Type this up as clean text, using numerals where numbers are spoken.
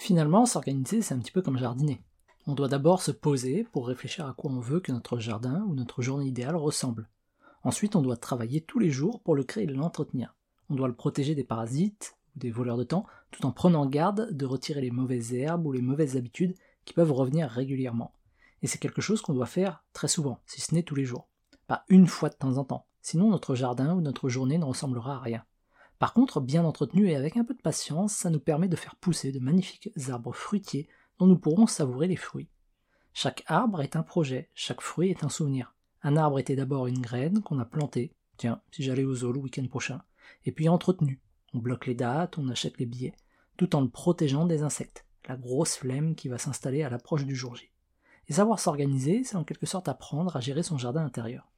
Finalement, s'organiser, c'est un petit peu comme jardiner. On doit d'abord se poser pour réfléchir à quoi on veut que notre jardin ou notre journée idéale ressemble. Ensuite, on doit travailler tous les jours pour le créer et l'entretenir. On doit le protéger des parasites ou des voleurs de temps, tout en prenant garde de retirer les mauvaises herbes ou les mauvaises habitudes qui peuvent revenir régulièrement. Et c'est quelque chose qu'on doit faire très souvent, si ce n'est tous les jours. Pas une fois de temps en temps, sinon notre jardin ou notre journée ne ressemblera à rien. Par contre, bien entretenu et avec un peu de patience, ça nous permet de faire pousser de magnifiques arbres fruitiers dont nous pourrons savourer les fruits. Chaque arbre est un projet, chaque fruit est un souvenir. Un arbre était d'abord une graine qu'on a plantée, tiens, si j'allais au zoo le week-end prochain, et puis entretenu. On bloque les dates, on achète les billets, tout en le protégeant des insectes, la grosse flemme qui va s'installer à l'approche du jour J. Et savoir s'organiser, c'est en quelque sorte apprendre à gérer son jardin intérieur.